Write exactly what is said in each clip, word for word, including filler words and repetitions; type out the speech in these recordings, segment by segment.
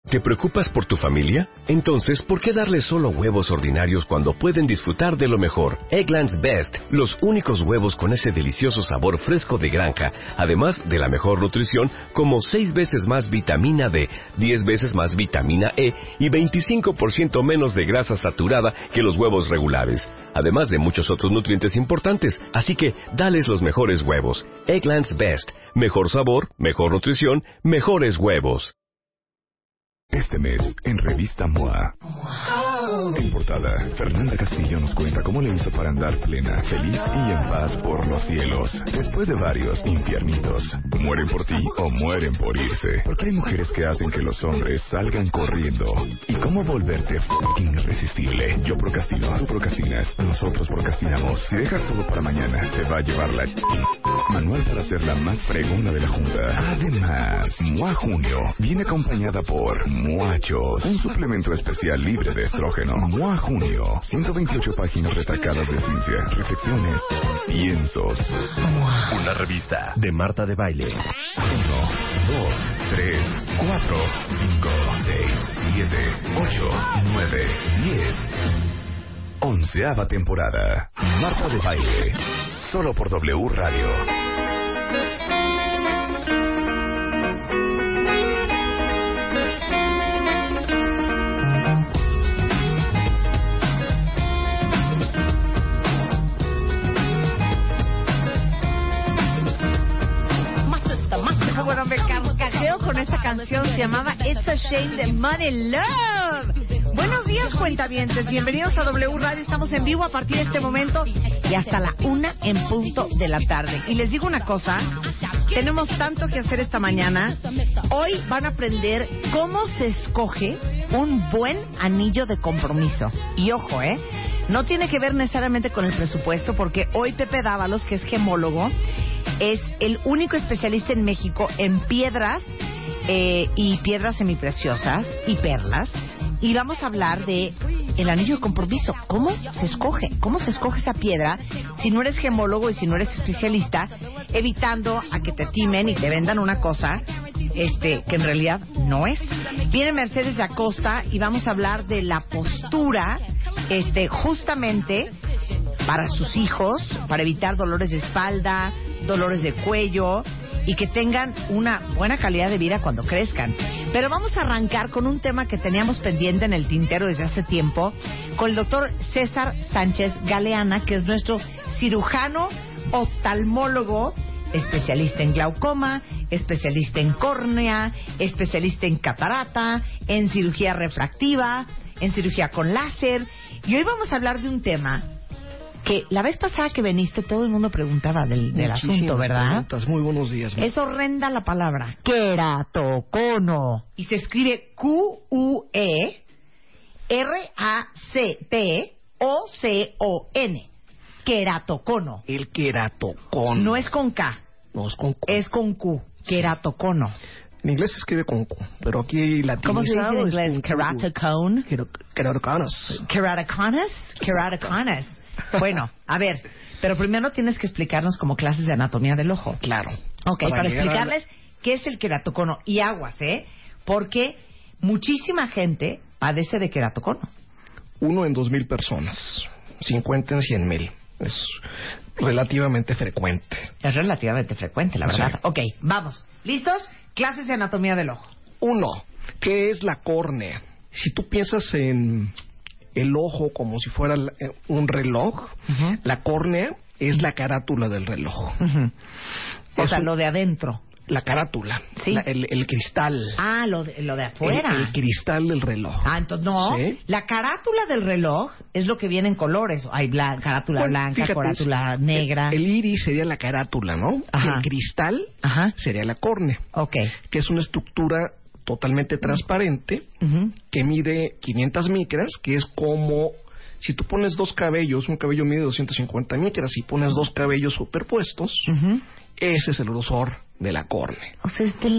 ¿Te preocupas por tu familia? Entonces, ¿por qué darles solo huevos ordinarios cuando pueden disfrutar de lo mejor? Eggland's Best, los únicos huevos con ese delicioso sabor fresco de granja, además de la mejor nutrición, como seis veces más vitamina D, diez veces más vitamina E y veinticinco por ciento menos de grasa saturada que los huevos regulares, además de muchos otros nutrientes importantes. Así que, dales los mejores huevos. Eggland's Best, mejor sabor, mejor nutrición, mejores huevos. Este mes, en Revista M O A. En portada, Fernanda Castillo nos cuenta cómo le hizo para andar plena, feliz y en paz por los cielos, después de varios infiernitos. Mueren por ti o mueren por irse. Porque hay mujeres que hacen que los hombres salgan corriendo. ¿Y cómo volverte f***ing irresistible? Yo procrastino, tú procrastinas, nosotros procrastinamos. Si dejas todo para mañana, te va a llevar la ch... Manual para ser la más fregona de la junta. Además, M O A Junio viene acompañada por Muachos, un suplemento especial libre de estrógeno. M O A Junio, ciento veintiocho páginas retacadas de ciencia, reflexiones, piensos. Una revista de Marta de Baile. Uno, dos, tres, cuatro, cinco, seis, siete, ocho, nueve, diez. Onceava temporada. Marta de Baile. Solo por W Radio. Bueno, me carcajeo con esta canción, se llamaba It's a Shame de Money Love. Buenos días, cuentavientes, bienvenidos a W Radio, estamos en vivo a partir de este momento y hasta la una en punto de la tarde. Y les digo una cosa, tenemos tanto que hacer esta mañana. Hoy van a aprender cómo se escoge un buen anillo de compromiso. Y ojo, ¿eh? No tiene que ver necesariamente con el presupuesto, porque hoy Pepe Dávalos, que es gemólogo, es el único especialista en México en piedras eh, y piedras semipreciosas y perlas. Y vamos a hablar de el anillo de compromiso. ¿Cómo se escoge? ¿Cómo se escoge esa piedra si no eres gemólogo y si no eres especialista? Evitando a que te timen y te vendan una cosa este que en realidad no es. Viene Mercedes de Acosta y vamos a hablar de la postura este justamente para sus hijos, para evitar dolores de espalda, dolores de cuello y que tengan una buena calidad de vida cuando crezcan. Pero vamos a arrancar con un tema que teníamos pendiente en el tintero desde hace tiempo, con el doctor César Sánchez Galeana, que es nuestro cirujano oftalmólogo, especialista en glaucoma, especialista en córnea, especialista en catarata, en cirugía refractiva, en cirugía con láser. Y hoy vamos a hablar de un tema que la vez pasada que viniste todo el mundo preguntaba del, del asunto, ¿verdad? Preguntas. Muy buenos días. ¿No? Es horrenda la palabra. Queratocono. Y se escribe Q U E R A C T O C O N. Queratocono. El queratocono. No es con K. No es con Q. Es con Q. Queratocono. En inglés se escribe con Q, pero aquí latinizado. ¿Cómo se dice en inglés? Keratocone. Keratoconus. Keratoconus. Keratoconus. Bueno, a ver, pero primero tienes que explicarnos como clases de anatomía del ojo. Claro. Ok, para, para explicarles la... qué es el queratocono. Y aguas, ¿eh? Porque muchísima gente padece de queratocono. Uno en dos mil personas. Cincuenta en cien mil. Es relativamente frecuente. Es relativamente frecuente, la verdad. Sí. Ok, vamos. ¿Listos? Clases de anatomía del ojo. Uno, ¿qué es la córnea? Si tú piensas en el ojo como si fuera un reloj, uh-huh. La córnea es la carátula del reloj. Uh-huh. O es sea, un... lo de adentro. La carátula, ¿sí? la, el, el cristal. Ah, lo de, lo de afuera. El, el cristal del reloj. Ah, entonces no. ¿Sí? La carátula del reloj es lo que viene en colores. Hay blan- carátula bueno, blanca, fíjate, carátula es, negra. El, el iris sería la carátula, ¿no? Ajá. El cristal Ajá. sería la córnea. Ok. Que es una estructura totalmente transparente uh-huh. que mide quinientas micras, que es como... Si tú pones dos cabellos, un cabello mide doscientas cincuenta micras, si pones dos cabellos superpuestos, uh-huh. ese es el grosor de la córnea. O sea, es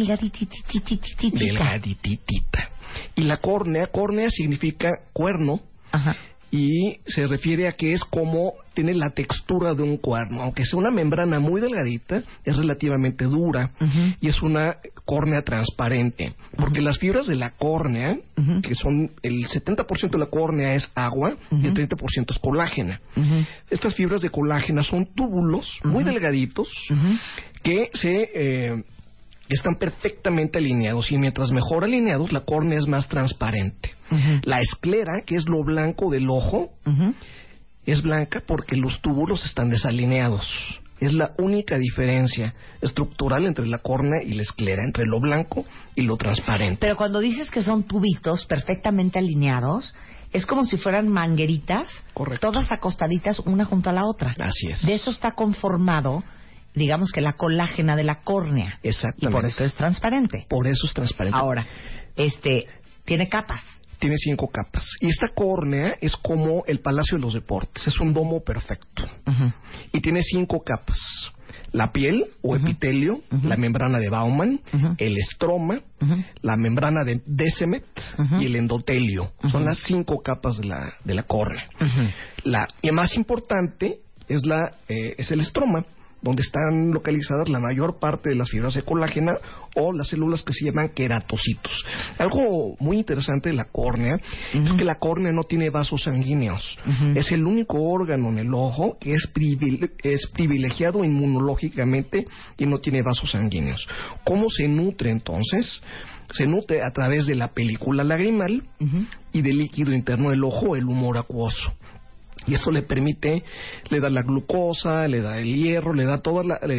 delgadititititita. Delgadititita. Y la córnea, córnea significa cuerno, ajá. y se refiere a que es como tiene la textura de un cuerno, aunque sea una membrana muy delgadita, es relativamente dura uh-huh. y es una córnea transparente, porque uh-huh. las fibras de la córnea, uh-huh. que son el setenta por ciento de la córnea es agua uh-huh. y el treinta por ciento es colágena. Uh-huh. Estas fibras de colágena son túbulos uh-huh. muy delgaditos uh-huh. que se eh, están perfectamente alineados, y mientras mejor alineados la córnea es más transparente. Uh-huh. La esclera, que es lo blanco del ojo, uh-huh. es blanca porque los túbulos están desalineados. Es la única diferencia estructural entre la córnea y la esclera, entre lo blanco y lo transparente. Pero cuando dices que son tubitos perfectamente alineados, es como si fueran mangueritas, correcto, todas acostaditas una junto a la otra. Así es. De eso está conformado, digamos que la colágena de la córnea. Exactamente. Y por eso es transparente. Por eso es transparente. Ahora, este, tiene capas. Tiene cinco capas. Y esta córnea es como el Palacio de los Deportes. Es un domo perfecto. Uh-huh. Y tiene cinco capas. La piel o uh-huh. epitelio, uh-huh. la membrana de Baumann, uh-huh. el estroma, uh-huh. la membrana de Descemet uh-huh. y el endotelio. Uh-huh. Son las cinco capas de la, de la córnea. Uh-huh. La y más importante es, la, eh, es el estroma, donde están localizadas la mayor parte de las fibras de colágena o las células que se llaman queratocitos. Algo muy interesante de la córnea uh-huh. es que la córnea no tiene vasos sanguíneos. Uh-huh. Es el único órgano en el ojo que es, privile- es privilegiado inmunológicamente y no tiene vasos sanguíneos. ¿Cómo se nutre entonces? Se nutre a través de la película lagrimal uh-huh. y del líquido interno del ojo, el humor acuoso. Y eso le permite, le da la glucosa, le da el hierro, le da todos la,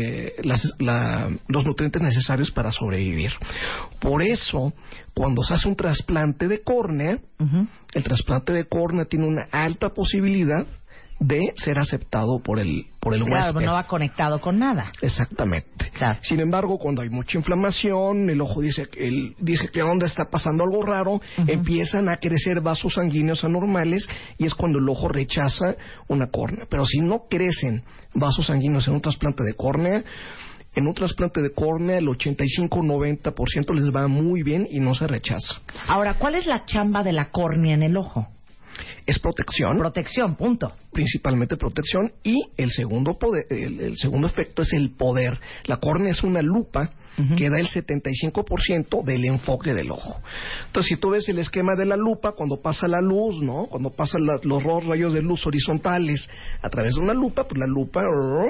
la, los nutrientes necesarios para sobrevivir. Por eso, cuando se hace un trasplante de córnea, uh-huh. el trasplante de córnea tiene una alta posibilidad de ser aceptado por el por el claro, huésped. No va conectado con nada. Exactamente. Claro. Sin embargo, cuando hay mucha inflamación, el ojo dice que el, dice que onda está pasando algo raro, uh-huh. empiezan a crecer vasos sanguíneos anormales y es cuando el ojo rechaza una córnea. Pero si no crecen vasos sanguíneos en un trasplante de córnea, en un trasplante de córnea el ochenta y cinco a noventa por ciento les va muy bien y no se rechaza. Ahora, ¿cuál es la chamba de la córnea en el ojo? Es protección. Protección, punto. Principalmente protección. Y el segundo poder, el, el segundo efecto es el poder. La córnea es una lupa uh-huh. que da el setenta y cinco por ciento del enfoque del ojo. Entonces, si tú ves el esquema de la lupa, cuando pasa la luz, ¿no? Cuando pasan las, los rayos de luz horizontales a través de una lupa, pues la lupa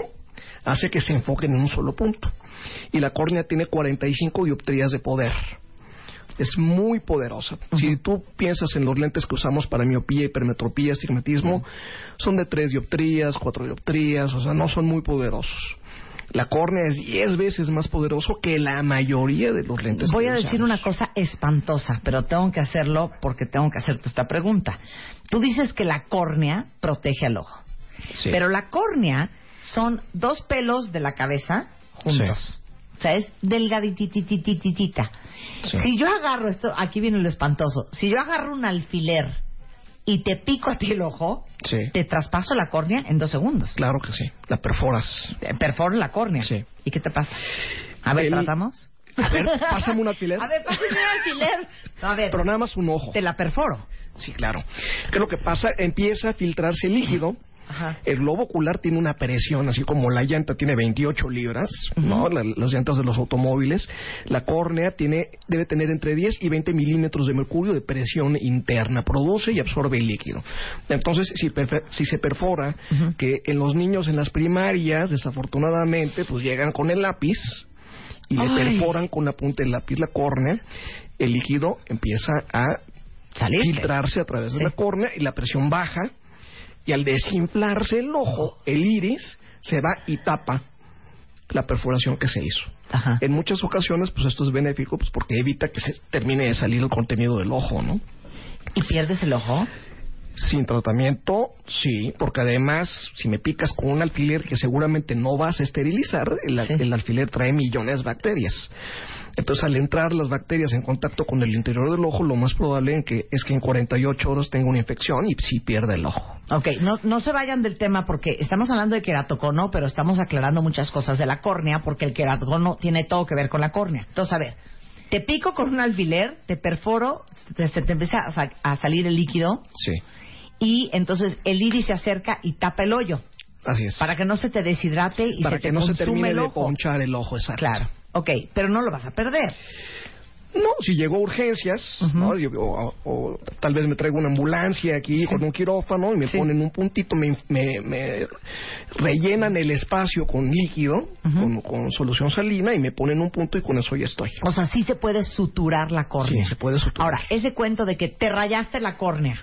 hace que se enfoquen en un solo punto. Y la córnea tiene cuarenta y cinco dioptrías de poder. Es muy poderosa. Uh-huh. Si tú piensas en los lentes que usamos para miopía, hipermetropía, astigmatismo, uh-huh. son de tres dioptrías, cuatro dioptrías, o sea, no son muy poderosos. La córnea es diez veces más poderoso que la mayoría de los lentes. Voy que a usamos. decir una cosa espantosa, pero tengo que hacerlo porque tengo que hacerte esta pregunta. Tú dices que la córnea protege al ojo, sí. pero la córnea son dos pelos de la cabeza juntos. Sí. O sea, es delgaditititititita. Sí. Si yo agarro esto, aquí viene lo espantoso. Si yo agarro un alfiler y te pico a ti el ojo, sí. te traspaso la córnea en dos segundos. Claro que sí. La perforas. Perforo la córnea. Sí. ¿Y qué te pasa? A ver, el... ¿tratamos? A ver, pásame un alfiler. A ver, pásame un alfiler. No, a ver. Pero nada más un ojo. Te la perforo. Sí, claro. ¿Qué es lo que pasa? Empieza a filtrarse el líquido. Ajá. El globo ocular tiene una presión, así como la llanta tiene veintiocho libras, uh-huh. ¿no? La, las llantas de los automóviles. La córnea tiene, debe tener entre diez y veinte milímetros de mercurio de presión interna. Produce y absorbe el líquido. Entonces, si, perfe- si se perfora, uh-huh. que en los niños en las primarias, desafortunadamente, pues llegan con el lápiz y Ay. le perforan con la punta del lápiz la córnea, el líquido empieza a Salirse. filtrarse a través sí. de la córnea y la presión baja. Y al desinflarse el ojo, el iris se va y tapa la perforación que se hizo. Ajá. En muchas ocasiones, pues esto es benéfico, pues porque evita que se termine de salir el contenido del ojo, ¿no? ¿Y pierdes el ojo? Sin tratamiento, sí, porque además, si me picas con un alfiler que seguramente no vas a esterilizar, el, sí. el alfiler trae millones de bacterias. Entonces, al entrar las bacterias en contacto con el interior del ojo, lo más probable en que, es que en cuarenta y ocho horas tenga una infección y sí pierde el ojo. Ok, no, no se vayan del tema porque estamos hablando de queratocono, pero estamos aclarando muchas cosas de la córnea porque el queratocono tiene todo que ver con la córnea. Entonces, a ver, te pico con un alfiler, te perforo, te, se te empieza a, a salir el líquido. Sí. y entonces el iris se acerca y tapa el hoyo. Así es. Para que no se te deshidrate y para se que te no se termine el de ojo. ponchar el ojo, exacto. Claro. Ok, pero no lo vas a perder. No, si llego a urgencias, uh-huh. ¿no? Yo, o, o tal vez me traigo una ambulancia aquí sí. con un quirófano y me sí. ponen un puntito, me, me, me rellenan el espacio con líquido, uh-huh. con, con solución salina y me ponen un punto y con eso ya estoy. O sea, sí se puede suturar la córnea. Sí, se puede suturar. Ahora, ese cuento de que te rayaste la córnea.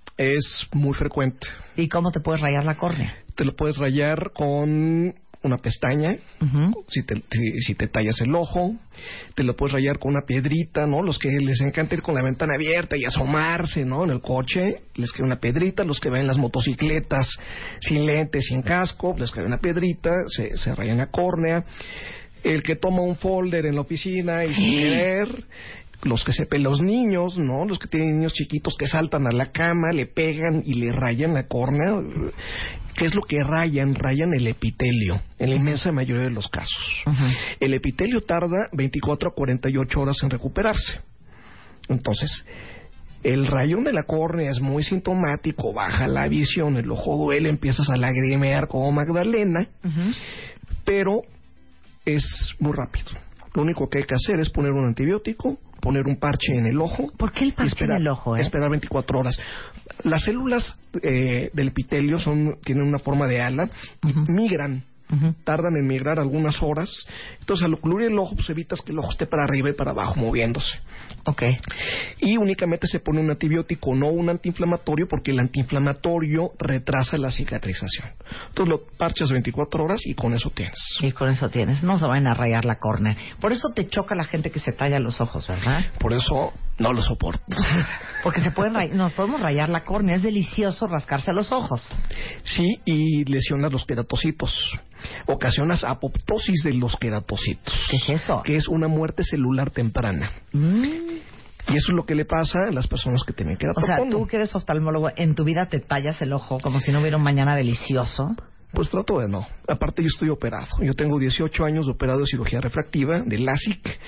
Es muy frecuente. ¿Y cómo te puedes rayar la córnea? Te lo puedes rayar con una pestaña, uh-huh. si, te, si, si te tallas el ojo, te lo puedes rayar con una piedrita, ¿no? Los que les encanta ir con la ventana abierta y asomarse, ¿no? En el coche, les queda una piedrita. Los que ven las motocicletas sin lentes, sin casco, les queda una piedrita, se, se rayan la córnea. El que toma un folder en la oficina y sin querer... Los que se pe los niños, ¿no? Los que tienen niños chiquitos que saltan a la cama, le pegan y le rayan la córnea. ¿Qué es lo que rayan? Rayan el epitelio, en la inmensa mayoría de los casos. Uh-huh. El epitelio tarda veinticuatro a cuarenta y ocho horas en recuperarse. Entonces, el rayón de la córnea es muy sintomático, baja la visión, el ojo duele, empiezas a lagrimear como Magdalena, uh-huh. pero es muy rápido. Lo único que hay que hacer es poner un antibiótico, poner un parche en el ojo. ¿Por qué el parche esperar, en el ojo? Eh? Esperar veinticuatro horas. Las células eh, del epitelio son, tienen una forma de ala y uh-huh. migran. Uh-huh. Tardan en migrar algunas horas. Entonces, al ocluir el ojo, pues evitas que el ojo esté para arriba y para abajo moviéndose. Okay. Y únicamente se pone un antibiótico, no un antiinflamatorio, porque el antiinflamatorio retrasa la cicatrización. Entonces lo parchas veinticuatro horas y con eso tienes. Y con eso tienes. No se vayan a rayar la córnea. Por eso te choca la gente que se talla los ojos, ¿verdad? Por eso no lo soporto. Porque se pueden ray- nos podemos rayar la córnea. Es delicioso rascarse los ojos. Sí, y lesionas los queratocitos. Ocasionas apoptosis de los queratocitos. ¿Qué es eso? Que es una muerte celular temprana. Mm. Y eso es lo que le pasa a las personas que tienen queratocono. O sea, tú que eres oftalmólogo, ¿en tu vida te tallas el ojo como si no hubiera un mañana delicioso? Pues trato de no. Aparte yo estoy operado. Yo tengo dieciocho años de operado de cirugía refractiva, de LASIK.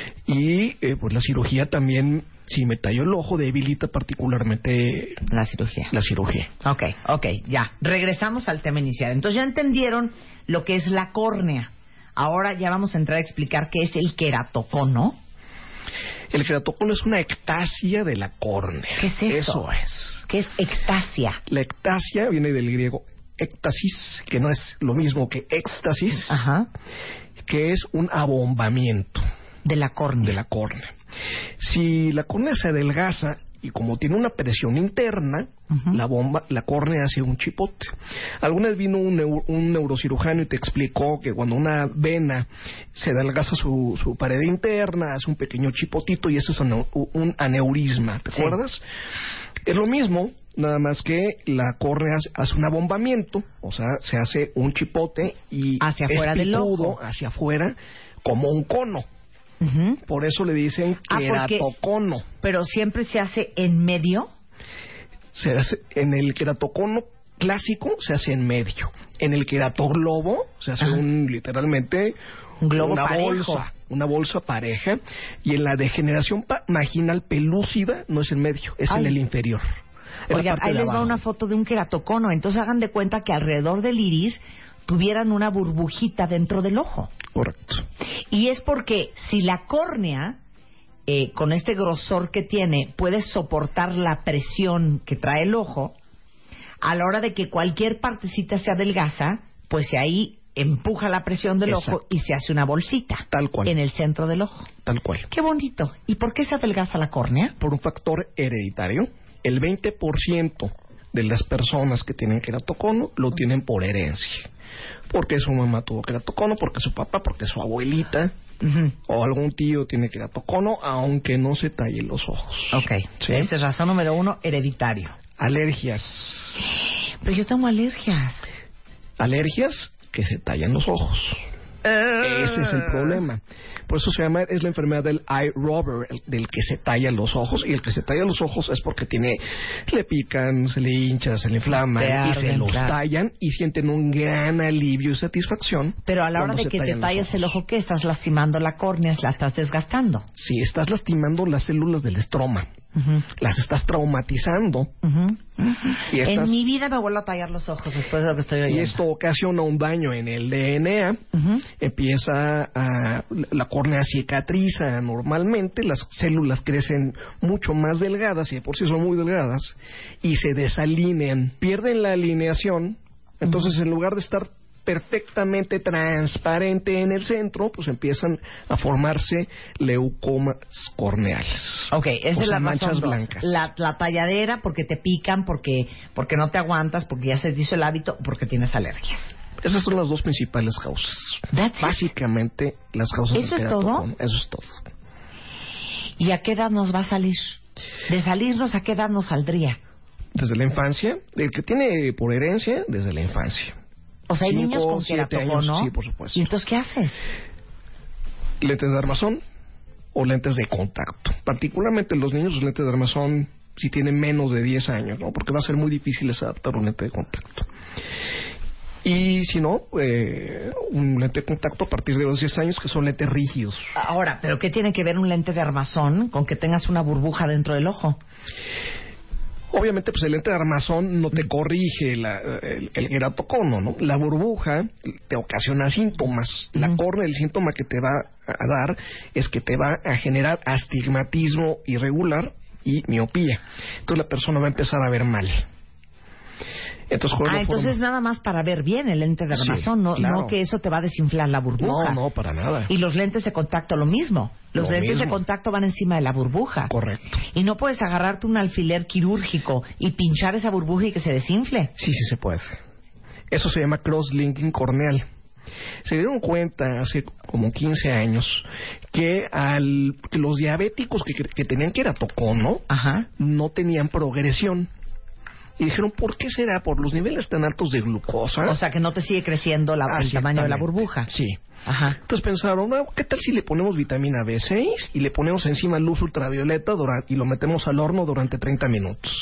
Y eh, pues la cirugía también, si me tallo el ojo, debilita particularmente... La cirugía. La cirugía. Ok, ok, ya. Regresamos al tema inicial. Entonces ya entendieron lo que es la córnea. Ahora ya vamos a entrar a explicar qué es el queratocono. El queratocono es una ectasia de la córnea. ¿Qué es eso? Eso es. ¿Qué es ectasia? La ectasia viene del griego éctasis, que no es lo mismo que éxtasis, ajá, que es un abombamiento de la córnea. De la córnea. Si la córnea se adelgaza y como tiene una presión interna, uh-huh. la bomba, la córnea hace un chipote. Alguna vez vino un, neur, un neurocirujano y te explicó que cuando una vena se adelgaza su, su pared interna, hace un pequeño chipotito y eso es un, un aneurisma, ¿te sí. acuerdas? Es lo mismo, nada más que la córnea hace un abombamiento, o sea, se hace un chipote y hacia afuera del ojo, hacia afuera, como un cono. Uh-huh. Por eso le dicen queratocono. Ah, pero siempre se hace en medio. Se hace en el queratocono clásico se hace en medio. En el queratoglobo se hace uh-huh. un literalmente un globo una parejo. bolsa, una bolsa pareja. Y en la degeneración pa- vaginal pelúcida no es en medio, es Ay. en el inferior. Oigan, ahí les va una foto de un queratocono. Entonces hagan de cuenta que alrededor del iris tuvieran una burbujita dentro del ojo. Correcto. Y es porque si la córnea, eh, con este grosor que tiene, puede soportar la presión que trae el ojo, a la hora de que cualquier partecita se adelgaza, pues ahí empuja la presión del Exacto. ojo y se hace una bolsita. Tal cual. En el centro del ojo. Tal cual. Qué bonito. ¿Y por qué se adelgaza la córnea? Por un factor hereditario. El veinte por ciento de las personas que tienen queratocono lo tienen por herencia. Porque su mamá tuvo queratocono, porque su papá, porque su abuelita uh-huh. o algún tío tiene queratocono, aunque no se talle los ojos. Ok, ¿sí? Esa es razón número uno, hereditario. Alergias. Pero yo tengo alergias. Alergias que se tallan los ojos. Uh... Ese es el problema. Por eso se llama, es la enfermedad del eye robber, el, del que se talla los ojos. Y el que se talla los ojos es porque tiene, le pican, se le hincha, se le inflaman arden, y se los claro. tallan y sienten un gran alivio y satisfacción. Pero a la hora de que te talles el ojo, ¿qué? Estás lastimando la córnea, la estás desgastando. Sí, estás lastimando las células del estroma. Uh-huh. Las estás traumatizando. Uh-huh. Y estas, en mi vida me vuelvo a tallar los ojos después de lo que estoy oyendo. Y esto ocasiona un daño en el D N A. Uh-huh. Empieza a... La córnea cicatriza normalmente. Las células crecen mucho más delgadas, y de por sí son muy delgadas, y se desalinean. Pierden la alineación. Entonces, uh-huh, en lugar de estar perfectamente transparente en el centro, pues empiezan a formarse leucomas corneales. Ok, esa o es la manchas razón dos. blancas. La, la talladera porque te pican, porque porque no te aguantas, porque ya se te hizo el hábito, porque tienes alergias. Esas son las dos principales causas. That's Básicamente it. Las causas ¿Eso del es todo? queratocón. Eso es todo. ¿Y a qué edad nos va a salir? De salirnos, ¿a qué edad nos saldría? Desde la infancia. El que tiene por herencia, desde la infancia. O sea, hay Cinco, niños con siete queratocono, años, ¿no? sí, por supuesto. ¿Y entonces qué haces? Lentes de armazón o lentes de contacto. Particularmente los niños, los lentes de armazón, si tienen menos de diez años, ¿no? Porque va a ser muy difícil adaptar un lente de contacto. Y si no, eh, un lente de contacto a partir de los diez años, que son lentes rígidos. Ahora, ¿pero qué tiene que ver un lente de armazón con que tengas una burbuja dentro del ojo? Obviamente, pues el lente de armazón no te corrige la, el, el queratocono, ¿no? La burbuja te ocasiona síntomas. Uh-huh. La córnea, el síntoma que te va a dar es que te va a generar astigmatismo irregular y miopía. Entonces la persona va a empezar a ver mal. Entonces, ah, entonces forma... nada más para ver bien el lente de armazón, sí, no, claro. no que eso te va a desinflar la burbuja. No, no, para nada. Y los lentes de contacto lo mismo. Los lo lentes mismo. de contacto van encima de la burbuja. Correcto. Y no puedes agarrarte un alfiler quirúrgico y pinchar esa burbuja y que se desinfle. Sí, sí se puede. Eso se llama cross-linking corneal. Se dieron cuenta hace como quince años que, al, que los diabéticos que, que tenían queratocono, Ajá, no tenían progresión. Y dijeron, ¿por qué será? Por los niveles tan altos de glucosa. O sea, que no te sigue creciendo la, el tamaño de la burbuja. Sí. Ajá. Entonces pensaron, ¿qué tal si le ponemos vitamina B seis y le ponemos encima luz ultravioleta durante, y lo metemos al horno durante treinta minutos?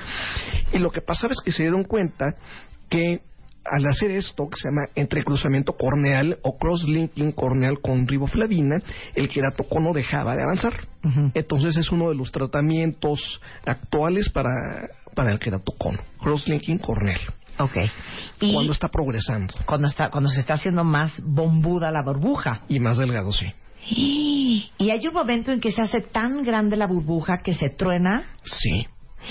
Y lo que pasaba es que se dieron cuenta que al hacer esto, que se llama entrecruzamiento corneal o cross-linking corneal con riboflavina, el queratocono dejaba de avanzar. Uh-huh. Entonces es uno de los tratamientos actuales para, para el queratocono, cross-linking corneal. Okay. Y cuando está progresando. Cuando está, cuando se está haciendo más bombuda la burbuja. Y más delgado, sí. Y, y hay un momento en que se hace tan grande la burbuja que se truena. Sí.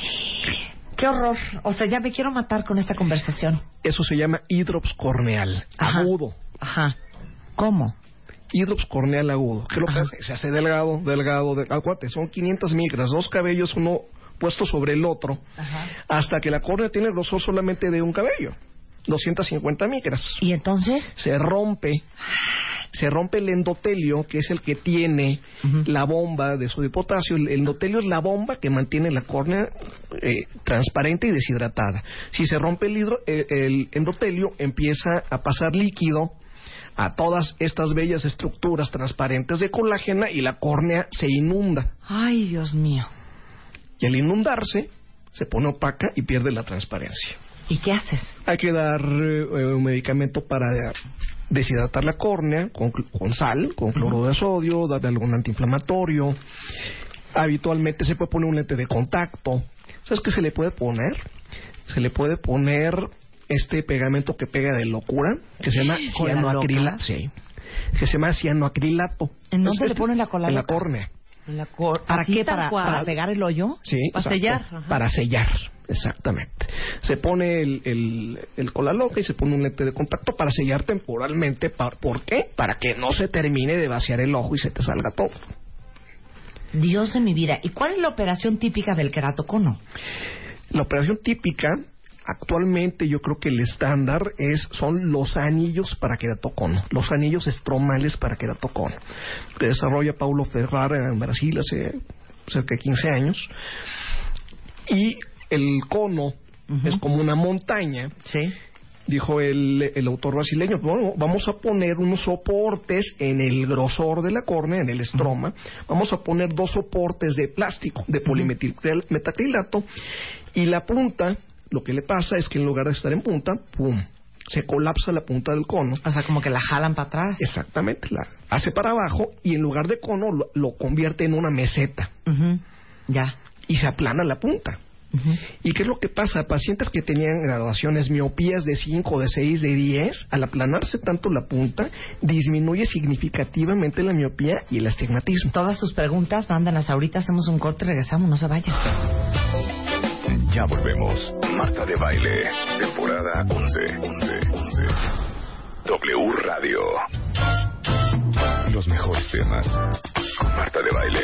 ¡Qué horror! O sea, ya me quiero matar con esta conversación. Eso se llama hidrops corneal, Ajá. agudo. Ajá. ¿Cómo? Hidrops corneal agudo. ¿Qué lo que hace? Se hace delgado, delgado, delgado. Acuérdate, son quinientas micras, dos cabellos, uno puesto sobre el otro, Ajá. hasta que la córnea tiene el grosor solamente de un cabello, doscientas cincuenta micras. ¿Y entonces? Se rompe, se rompe el endotelio, que es el que tiene uh-huh. la bomba de sodio y potasio. El endotelio es la bomba que mantiene la córnea eh, transparente y deshidratada. Si se rompe el, hidro, eh, el endotelio, empieza a pasar líquido a todas estas bellas estructuras transparentes de colágena y la córnea se inunda. ¡Ay, Dios mío! Y al inundarse, se pone opaca y pierde la transparencia. ¿Y qué haces? Hay que dar eh, un medicamento para deshidratar la córnea con, con sal, con cloro de sodio, darle algún antiinflamatorio. Habitualmente se puede poner un lente de contacto. ¿Sabes qué se le puede poner? Se le puede poner este pegamento que pega de locura, que se llama cianoacrilato. Sí, que se llama cianoacrilato. ¿En dónde Entonces, le ponen la cola? En la córnea. La cor... ¿Para qué? ¿Para, ¿Para pegar el hoyo? Sí, para exacto. sellar. Ajá. Para sellar, exactamente. Se pone el, el, el cola loca y se pone un lente de contacto para sellar temporalmente. ¿Por qué? Para que no se termine de vaciar el ojo y se te salga todo. Dios de mi vida. ¿Y cuál es la operación típica del queratocono? La operación típica, actualmente yo creo que el estándar es son los anillos para queratocono, los anillos estromales para queratocono, que desarrolla Paulo Ferrara en Brasil hace cerca de quince años. Y el cono uh-huh. es como una montaña. Sí. Dijo el, el autor brasileño, bueno, vamos a poner unos soportes en el grosor de la córnea, en el estroma. Uh-huh. Vamos a poner dos soportes de plástico, de polimetacrilato, y la punta, lo que le pasa es que en lugar de estar en punta, ¡pum!, se colapsa la punta del cono. O sea, como que la jalan para atrás. Exactamente, la hace para abajo y en lugar de cono lo, lo convierte en una meseta. Uh-huh. Ya. y se aplana la punta. Uh-huh. ¿Y qué es lo que pasa? Pacientes que tenían graduaciones, miopías de cinco, de seis, de diez, al aplanarse tanto la punta, disminuye significativamente la miopía y el astigmatismo. Todas sus preguntas, mándalas ahorita, hacemos un corte, regresamos, no se vayan. Ya volvemos. Marta de Baile, temporada once. once, once. W Radio. Los mejores temas con Marta de Baile.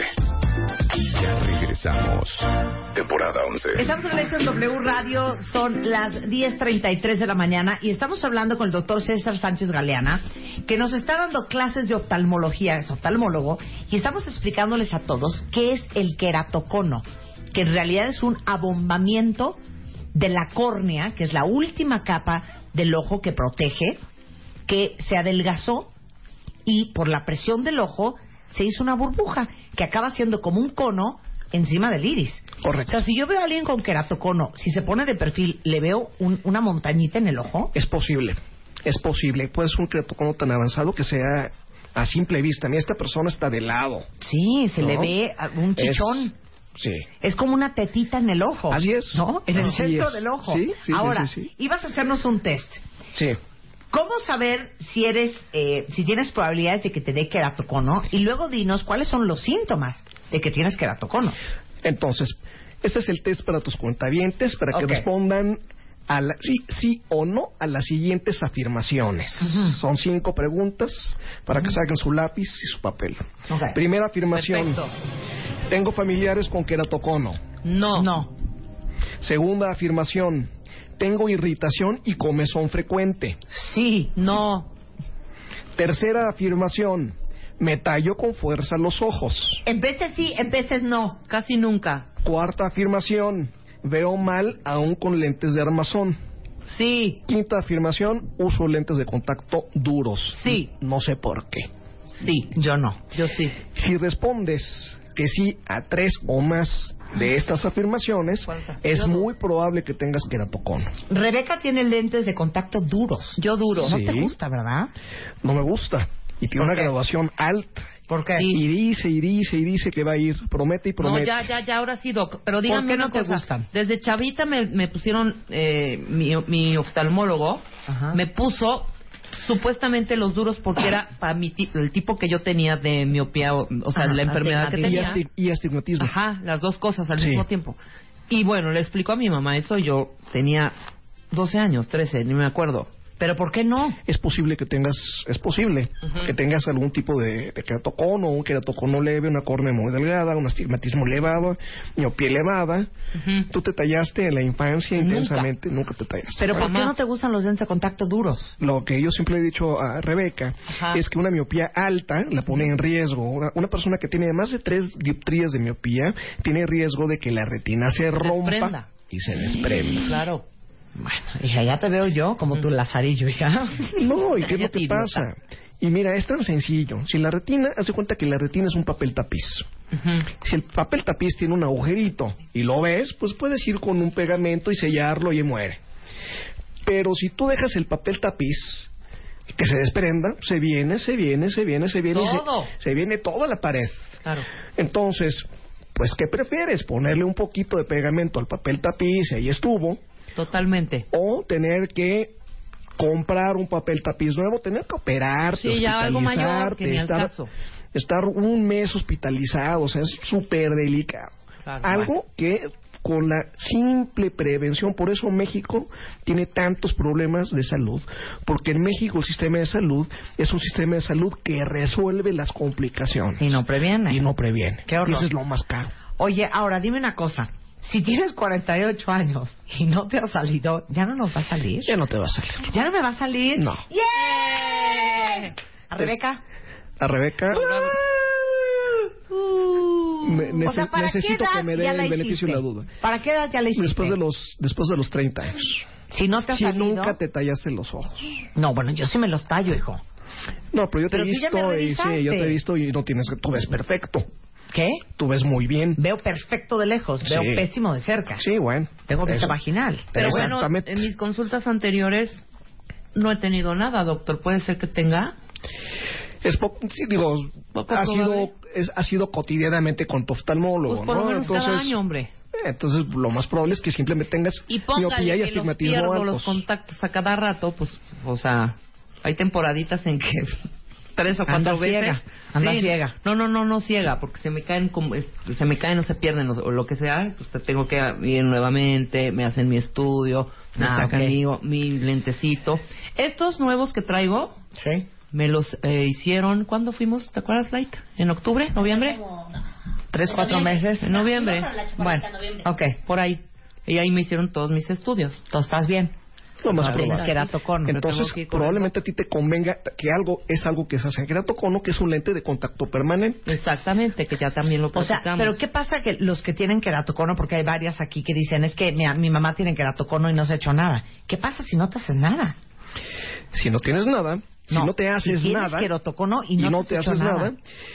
Ya regresamos. Temporada once. Estamos en regreso en W Radio, son las diez treinta y tres de la mañana y estamos hablando con el doctor César Sánchez Galeana, que nos está dando clases de oftalmología, es oftalmólogo, y estamos explicándoles a todos qué es el queratocono, que en realidad es un abombamiento de la córnea, que es la última capa del ojo que protege, que se adelgazó y por la presión del ojo se hizo una burbuja que acaba siendo como un cono encima del iris. Correcto. O sea, si yo veo a alguien con queratocono, si se pone de perfil, ¿le veo un, una montañita en el ojo? Es posible, es posible. Puede ser un queratocono tan avanzado que sea a simple vista. Mira, esta persona está de lado. Sí, se ¿no? le ve un chichón. Es, sí. Es como una tetita en el ojo. Así es. ¿No? En el Así centro es. del ojo. Sí, sí, Ahora, sí, sí, sí. ibas a hacernos un test. Sí. ¿Cómo saber si eres, eh, si tienes probabilidades de que te dé queratocono? Y luego dinos cuáles son los síntomas de que tienes queratocono. Entonces, este es el test para tus cuentavientes, para que Okay. respondan a la, sí, sí o no a las siguientes afirmaciones. Uh-huh. Son cinco preguntas para uh-huh. que saquen su lápiz y su papel. Okay. Primera afirmación. Perfecto. Tengo familiares con queratocono. No. No. Segunda afirmación. Tengo irritación y comezón frecuente. Sí. No. Tercera afirmación. Me tallo con fuerza los ojos. En veces sí, en veces no. Casi nunca. Cuarta afirmación. Veo mal aún con lentes de armazón. Sí. Quinta afirmación. Uso lentes de contacto duros. Sí. No sé por qué. Sí. Yo no. Yo sí. Si respondes que sí a tres o más de estas afirmaciones, es Yo muy probable que tengas queratocono. Rebeca tiene lentes de contacto duros. Yo duro. No Sí. te gusta, ¿verdad? No me gusta. Y tiene ¿Por una qué? graduación alta. ¿Por qué? Sí. Y dice, y dice, y dice que va a ir. Promete y promete. No, ya, ya, ya, ahora sí, Doc. Pero dígame ¿Por qué no una te cosa. gustan? Desde chavita me, me pusieron, eh, mi, mi oftalmólogo, Ajá. me puso supuestamente los duros porque era para mi ti- el tipo que yo tenía de miopía, o, o sea, Ajá, la enfermedad que Y, tenía. asti- y astigmatismo. Ajá, las dos cosas al Sí. mismo tiempo. Y bueno, le explicó a mi mamá eso, yo tenía doce años, trece, ni me acuerdo. ¿Pero por qué no? Es posible que tengas, es posible Ujú. que tengas algún tipo de, de queratocono, un queratocono leve, una córnea muy delgada, un astigmatismo elevado, miopía elevada. Ujú. Tú te tallaste en la infancia Nunca. intensamente, nunca te tallaste. ¿Pero por qué Jamás. no te gustan los lentes de contacto duros? Lo que yo siempre he dicho a Rebeca Ajá. es que una miopía alta la pone en riesgo. Una, una persona que tiene más de tres dioptrías de miopía tiene riesgo de que la retina se rompa desprenda. y se desprenda. Claro. Bueno, hija, ya te veo yo como tu lazarillo, hija. No, ¿y qué es lo Cállate, que pasa? Y mira, es tan sencillo. Si la retina, hace cuenta que la retina es un papel tapiz. Ujú. Si el papel tapiz tiene un agujerito y lo ves, pues puedes ir con un pegamento y sellarlo y muere. Pero si tú dejas el papel tapiz que se desprenda, se viene, se viene, se viene, se viene, y se- Todo. se viene toda la pared. Claro. Entonces, pues, ¿qué prefieres? ¿Ponerle un poquito de pegamento al papel tapiz y ahí estuvo? Totalmente. ¿O tener que comprar un papel tapiz nuevo, tener que operarte, Sí, ya algo mayor, que ni al estar, caso. estar un mes hospitalizado? O sea, es súper delicado. Claro, Algo bueno. que con la simple prevención, por eso México tiene tantos problemas de salud, porque en México el sistema de salud es un sistema de salud que resuelve las complicaciones. Y no previene. Y no previene. Qué horror. Y eso es lo más caro. Oye, ahora dime una cosa. Si tienes cuarenta y ocho años y no te ha salido, ¿ya no nos va a salir? Ya no te va a salir. ¿Ya no me va a salir? No. ¡Yeah! ¿A Rebeca? A Rebeca... Me- nece- O sea, ¿para necesito qué edad que me ya den la el beneficio de la hiciste? duda. ¿Para qué edad ya la hiciste? Después de los después de los treinta años. Si no te ha Si salido... nunca te tallaste los ojos. No, bueno, yo sí me los tallo, hijo. No, pero yo te Pero he tú ya me visto y sí, revisaste. yo te he visto y no tienes, tú ves perfecto. ¿Qué? Tú ves muy bien. Veo perfecto de lejos, veo Sí. pésimo de cerca. Sí, bueno. Tengo vista Eso. vaginal. Pero bueno, Exactamente. en mis consultas anteriores no he tenido nada, doctor. ¿Puede ser que tenga? Es po- sí, digo, ha sido, es, ha sido cotidianamente con tu oftalmólogo, Pues por ¿no? lo menos Entonces, cada año, hombre. eh, entonces, lo más probable es que simplemente tengas Y póngale miopía y que los astigmatismo pierdo altos. los contactos a cada rato, pues, o sea, hay temporaditas en que tres o cuatro Anda veces. ciega, anda Sí, ciega. No, no, no, no ciega, porque se me caen como, es- se me caen o se pierden o, o lo que sea, pues te tengo que ir nuevamente, me hacen mi estudio, me Ah, sacan ok. mi, mi lentecito. Estos nuevos que traigo, Sí. me los eh, hicieron, ¿cuándo fuimos? ¿Te acuerdas, Light? ¿En octubre? ¿Noviembre? ¿Tres, cuatro meses? En noviembre. Bueno, ok. Por ahí. Y ahí me hicieron todos mis estudios. Entonces, ¿estás bien? Lo más No tienes probable. queratocono. Entonces, tengo que ir con probablemente a ti te convenga que algo es algo que se hace en queratocono, que es un lente de contacto permanente. Exactamente, que ya también lo O sea, platicamos. pero ¿qué pasa que los que tienen queratocono, porque hay varias aquí que dicen, es que mi, mi mamá tiene queratocono y no se ha hecho nada? ¿Qué pasa si no te haces nada? Si no tienes nada, si no te haces si tienes nada queratocono y no, te has hecho haces nada,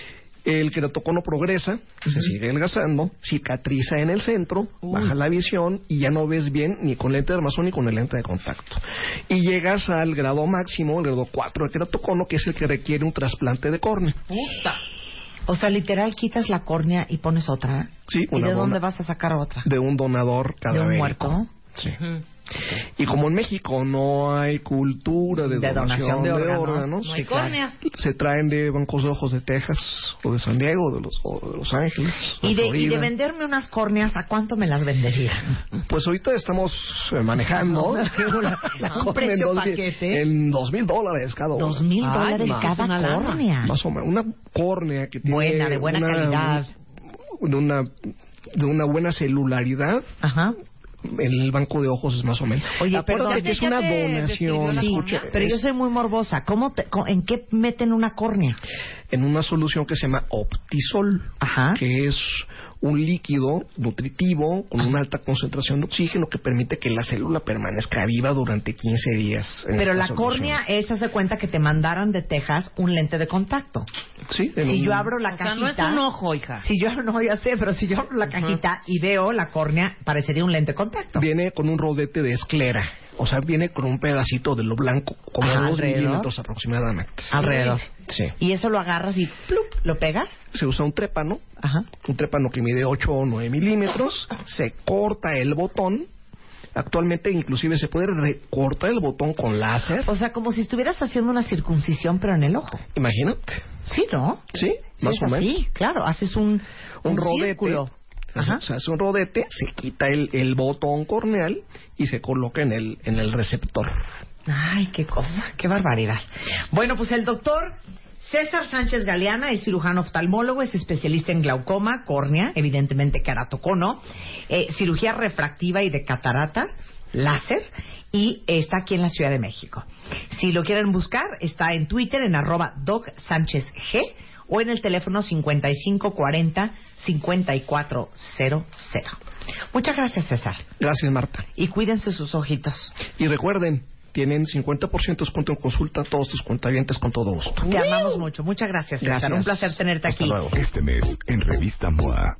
el queratocono progresa, se sigue adelgazando, cicatriza en el centro, Uy. baja la visión y ya no ves bien ni con lente de armazón ni con el lente de contacto. Y llegas al grado máximo, el grado cuatro de queratocono, que es el que requiere un trasplante de córnea. Puta. O sea, literal, quitas la córnea y pones otra. Sí, ¿Y una de dónde dona- vas a sacar otra? De un donador ¿De cadavérico. un muerto? Sí. Ujú. Y como en México no hay cultura de, De donación de órganos. órganos, No hay Sí, claro. córneas. se traen de bancos de ojos de Texas o de San Diego de los, o de Los Ángeles. Y o de, y Florida. de venderme unas córneas, ¿a cuánto me las vendería? Pues ahorita estamos eh, manejando No, sí, una- la un córnea precio en dos mil- paquete. En dos mil dólares cada una. Dos mil Ay, dólares no, es cada una lana. córnea. Más o menos. Una córnea que tiene Buena, de buena una- calidad. De una, de una buena celularidad. Ajá. En el banco de ojos es más o menos. Oye, Acuérdate perdón, que es ya una te donación. describió la Sí, escucha, pero yo es soy muy morbosa. ¿Cómo te- co- ¿En qué meten una córnea? en una solución que se llama Optisol, Ajá. que es un líquido nutritivo con una alta concentración de oxígeno que permite que la célula permanezca viva durante quince días. en Pero esta la solución. córnea es, haz de cuenta que te mandaran de Texas un lente de contacto. Sí, en Si un- yo abro la O sea, cajita... no es un ojo, hija. Si yo no, ya sé, pero si yo abro la cajita y veo la córnea, parecería un lente de contacto. Viene con un rodete de esclera. O sea, viene con un pedacito de lo blanco, como Ajá, dos alrededor. milímetros aproximadamente. Alrededor. Sí. Y eso lo agarras y ¡plup! ¿Lo pegas? Se usa un trépano, Ajá. un trépano que mide ocho o nueve milímetros, se corta el botón. Actualmente inclusive se puede recortar el botón con láser. O sea, como si estuvieras haciendo una circuncisión, pero en el ojo. Imagínate. Sí, ¿no? Sí, Sí, más es o menos. así, claro. Haces un, Un rodete. círculo. Ajá. Se hace un rodete, se quita el, el botón corneal y se coloca en el, en el receptor. Ay, qué cosa, qué barbaridad. Bueno, pues el doctor César Sánchez Galeana es cirujano oftalmólogo, es especialista en glaucoma, córnea, evidentemente queratocono, eh, cirugía refractiva y de catarata, láser, y está aquí en la Ciudad de México. Si lo quieren buscar, está en Twitter en arroba Doc Sánchez G o en el teléfono cincuenta y cinco cuarenta cincuenta y cuatro cero cero. Muchas gracias, César. Gracias, Marta. Y cuídense sus ojitos. Y recuerden, tienen cincuenta por ciento de descuento en consulta todos tus cuentavientes con todo gusto. Te amamos mucho. Muchas gracias, César. Gracias. Un placer tenerte Hasta aquí. luego. Este mes, en Revista MOA.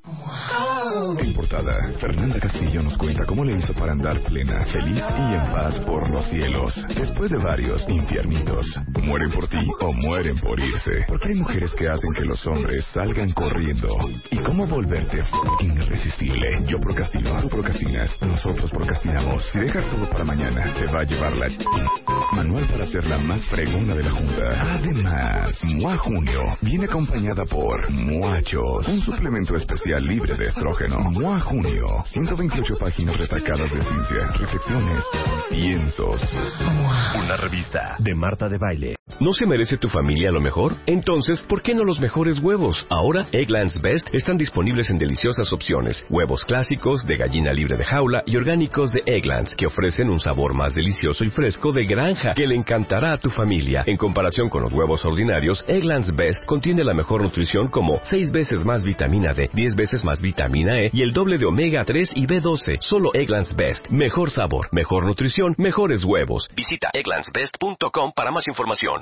En portada, Fernanda Castillo nos cuenta cómo le hizo para andar plena, feliz y en paz por los cielos. Después de varios infiernitos. Mueren por ti o mueren por irse. Porque hay mujeres que hacen que los hombres salgan corriendo. ¿Y cómo volverte f***ing irresistible? Yo procrastino, tú procrastinas, nosotros procrastinamos. Si dejas todo para mañana, te va a llevar la ch... Manual para ser la más fregona de la junta. Además, MOA Junio viene acompañada por Muachos, un suplemento especial libre de estrógeno. MOA Junio, ciento veintiocho páginas retacadas de ciencia, reflexiones, piensos. Una revista de Marta de Baile. ¿No se merece tu familia lo mejor? Entonces, ¿por qué no los mejores huevos? Ahora, Eggland's Best están disponibles en deliciosas opciones. Huevos clásicos, de gallina libre de jaula y orgánicos de Eggland's, que ofrecen un sabor más delicioso y fresco de granja, que le encantará a tu familia. En comparación con los huevos ordinarios, Eggland's Best contiene la mejor nutrición como seis veces más vitamina D, diez veces más vitamina E y el doble de omega tres y B doce. Solo Eggland's Best. Mejor sabor, mejor nutrición, mejores huevos. Visita egglands best punto com para más información.